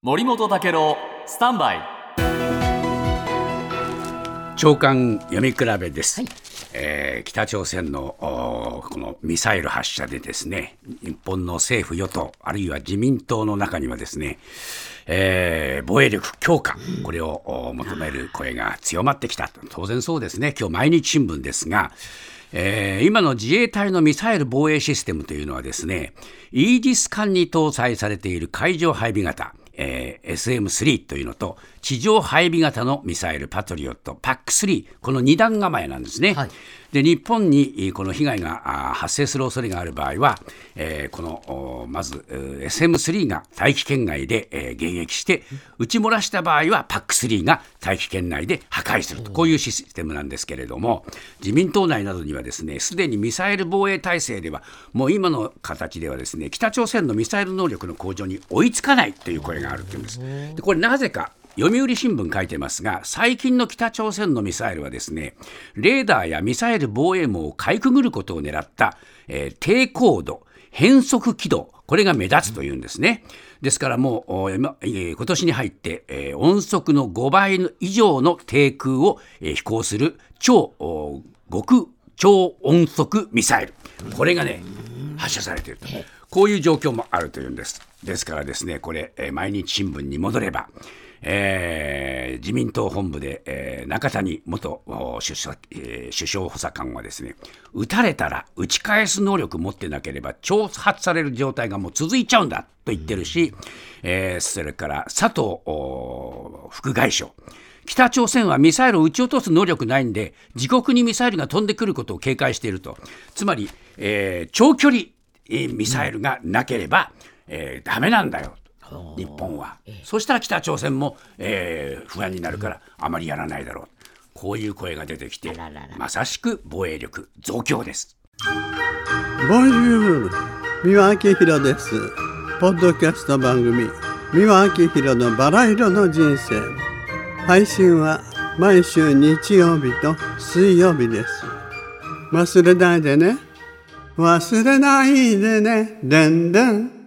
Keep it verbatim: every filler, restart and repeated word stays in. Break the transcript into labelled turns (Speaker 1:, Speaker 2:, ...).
Speaker 1: 森本武郎スタンバイ
Speaker 2: 長官読み比べです、
Speaker 3: はい。
Speaker 2: えー北朝鮮のおこのミサイル発射でですね、日本の政府与党あるいは自民党の中にはですね、えー防衛力強化、これをお求める声が強まってきた。当然そうですね。今日毎日新聞ですが、えー今の自衛隊のミサイル防衛システムというのはですね、イージス艦に搭載されている海上配備型、えーエスエムスリー というのと地上配備型のミサイルパトリオット パックスリー、このに段構えなんですね、
Speaker 3: はい。
Speaker 2: で日本にこの被害があ発生する恐れがある場合は、えーこのおまずえー エスエムスリー が大気圏外で、えー迎撃して撃ち漏らした場合は パックスリー が大気圏内で破壊すると、こういうシステムなんですけれども、自民党内などにはですね、すでにミサイル防衛体制ではもう今の形ではですね、北朝鮮のミサイル能力の向上に追いつかないという声があるというんです。でこれなぜか、読売新聞書いてますが、最近の北朝鮮のミサイルはですね、レーダーやミサイル防衛網をかいくぐることを狙った、えー低高度変則軌道、これが目立つというんですね。ですからもうお今えー今年に入って、えー音速のごばい以上の低空を、えー飛行する超お極超音速ミサイル、これがね発射されていると、こういう状況もあるというんです。ですからですね、これ、えー毎日新聞に戻れば、えー自民党本部で、えー中谷元お首相、えー首相補佐官はですね、撃たれたら撃ち返す能力持ってなければ挑発される状態がもう続いちゃうんだと言ってるし、えーそれから佐藤お副外相、北朝鮮はミサイルを撃ち落とす能力ないんで、自国にミサイルが飛んでくることを警戒していると。つまり、えー長距離えーミサイルがなければ、えーダメなんだよ日本は。そしたら北朝鮮も、えー不安になるからあまりやらないだろう、こういう声が出てきて、
Speaker 3: あららら
Speaker 2: まさしく防衛力増強です。
Speaker 4: ボンジュール、三輪明宏です。ポッドキャスト番組三輪明宏のバラ色の人生、配信は毎週日曜日と水曜日です。忘れないでね、忘れないでね、でんでん。